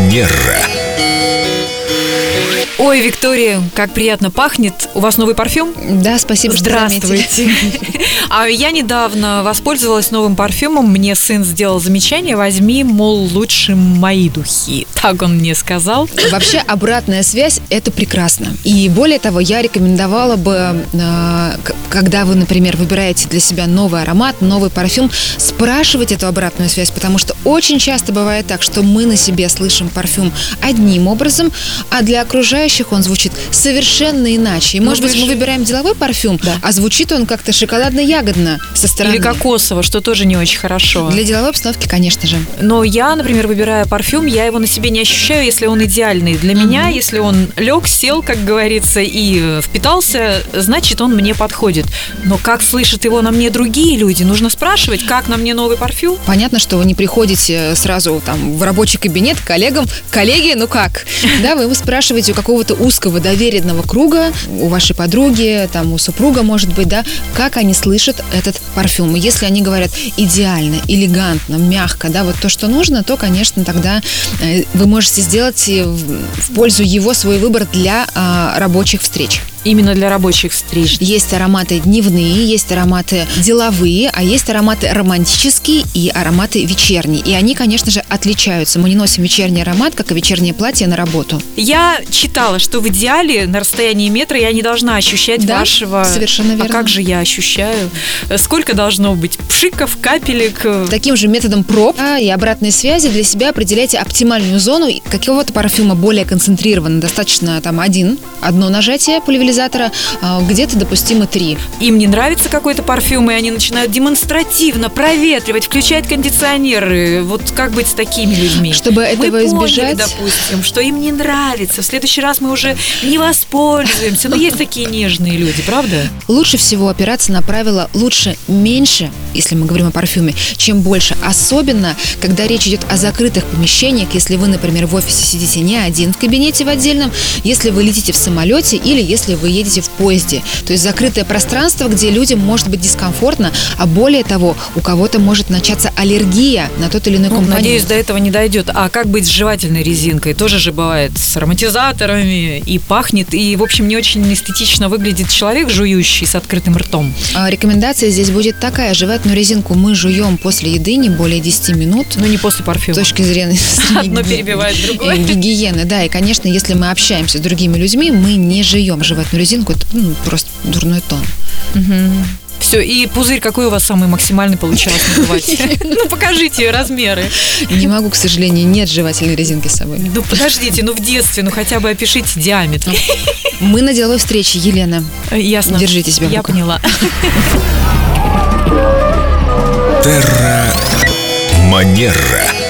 Манера. Ой, Виктория, как приятно пахнет. У вас новый парфюм? Да, спасибо, что заметили. Здравствуйте. А я недавно воспользовалась новым парфюмом. Мне сын сделал замечание: возьми, мол, лучше мои духи. Так он мне сказал. Вообще, обратная связь – это прекрасно. И более того, я рекомендовала бы, когда вы, например, выбираете для себя новый аромат, новый парфюм, спрашивать эту обратную связь, потому что очень часто бывает так, что мы на себе слышим парфюм одним образом, а для окружающих он звучит совершенно иначе. И, может быть, мы выбираем деловой парфюм, да, а звучит он как-то шоколадно-ягодно со стороны. Или кокосово, что тоже не очень хорошо. Для деловой обстановки, конечно же. Но я, например, выбирая парфюм, я его на себе не ощущаю, если он идеальный. Для меня, если он лег, сел, как говорится, и впитался, значит, он мне подходит. Но как слышат его на мне другие люди? Нужно спрашивать, как на мне новый парфюм? Понятно, что вы не приходите сразу там в рабочий кабинет к коллегам. Коллеги, ну как? Да, вы спрашиваете у какого-то узкого доверенного круга, у вашей подруги, там, у супруга, может быть, да, как они слышат этот парфюм. И если они говорят идеально, элегантно, мягко, да, вот то, что нужно, то, конечно, тогда вы можете сделать в пользу его свой выбор для рабочих встреч. Именно для рабочих встреч. Есть ароматы дневные, есть ароматы деловые, а есть ароматы романтические и ароматы вечерние. И они, конечно же, отличаются. Мы не носим вечерний аромат, как и вечернее платье на работу. Я читала, что в идеале на расстоянии метра я не должна ощущать вашего... Совершенно верно. А как же я ощущаю? Сколько должно быть пшиков, капелек? Таким же методом проб и обратной связи для себя определяйте оптимальную зону какого-то парфюма более концентрированно. Достаточно там одно нажатие пульверизатора, где-то допустимо 3. Им не нравится какой-то парфюм, и они начинают демонстративно проветривать, включать кондиционеры. Вот как быть с такими людьми? Чтобы этого избежать, допустим, что им не нравится. В следующий раз мы уже не воспользуемся. Но есть такие нежные люди, правда? Лучше всего опираться на правило «лучше меньше», если мы говорим о парфюме, чем больше. Особенно, когда речь идет о закрытых помещениях, если вы, например, в офисе сидите не один в кабинете в отдельном, если вы летите в самолете или если вы едете в поезде. То есть закрытое пространство, где людям может быть дискомфортно, а более того, у кого-то может начаться аллергия на тот или иной компонент. Надеюсь, до этого не дойдет. А как быть с жевательной резинкой? Тоже же бывает с ароматизаторами, и пахнет, и, в общем, не очень эстетично выглядит человек, жующий с открытым ртом. Рекомендация здесь будет такая: жевательную резинку мы жуем после еды не более 10 минут. Но не после парфюма. С точки зрения одно перебивает другое. Гигиены, да. И, конечно, если мы общаемся с другими людьми, мы не жуем жевательную резинку. Это просто дурной тон. Все, и пузырь какой у вас самый максимальный получался надувать? Ну, покажите размеры. Не могу, к сожалению, нет жевательной резинки с собой. Ну, подождите, в детстве, хотя бы опишите диаметр. Мы на деловой встрече, Елена. Ясно. Держите себя в руках. Я поняла. Терра Манера.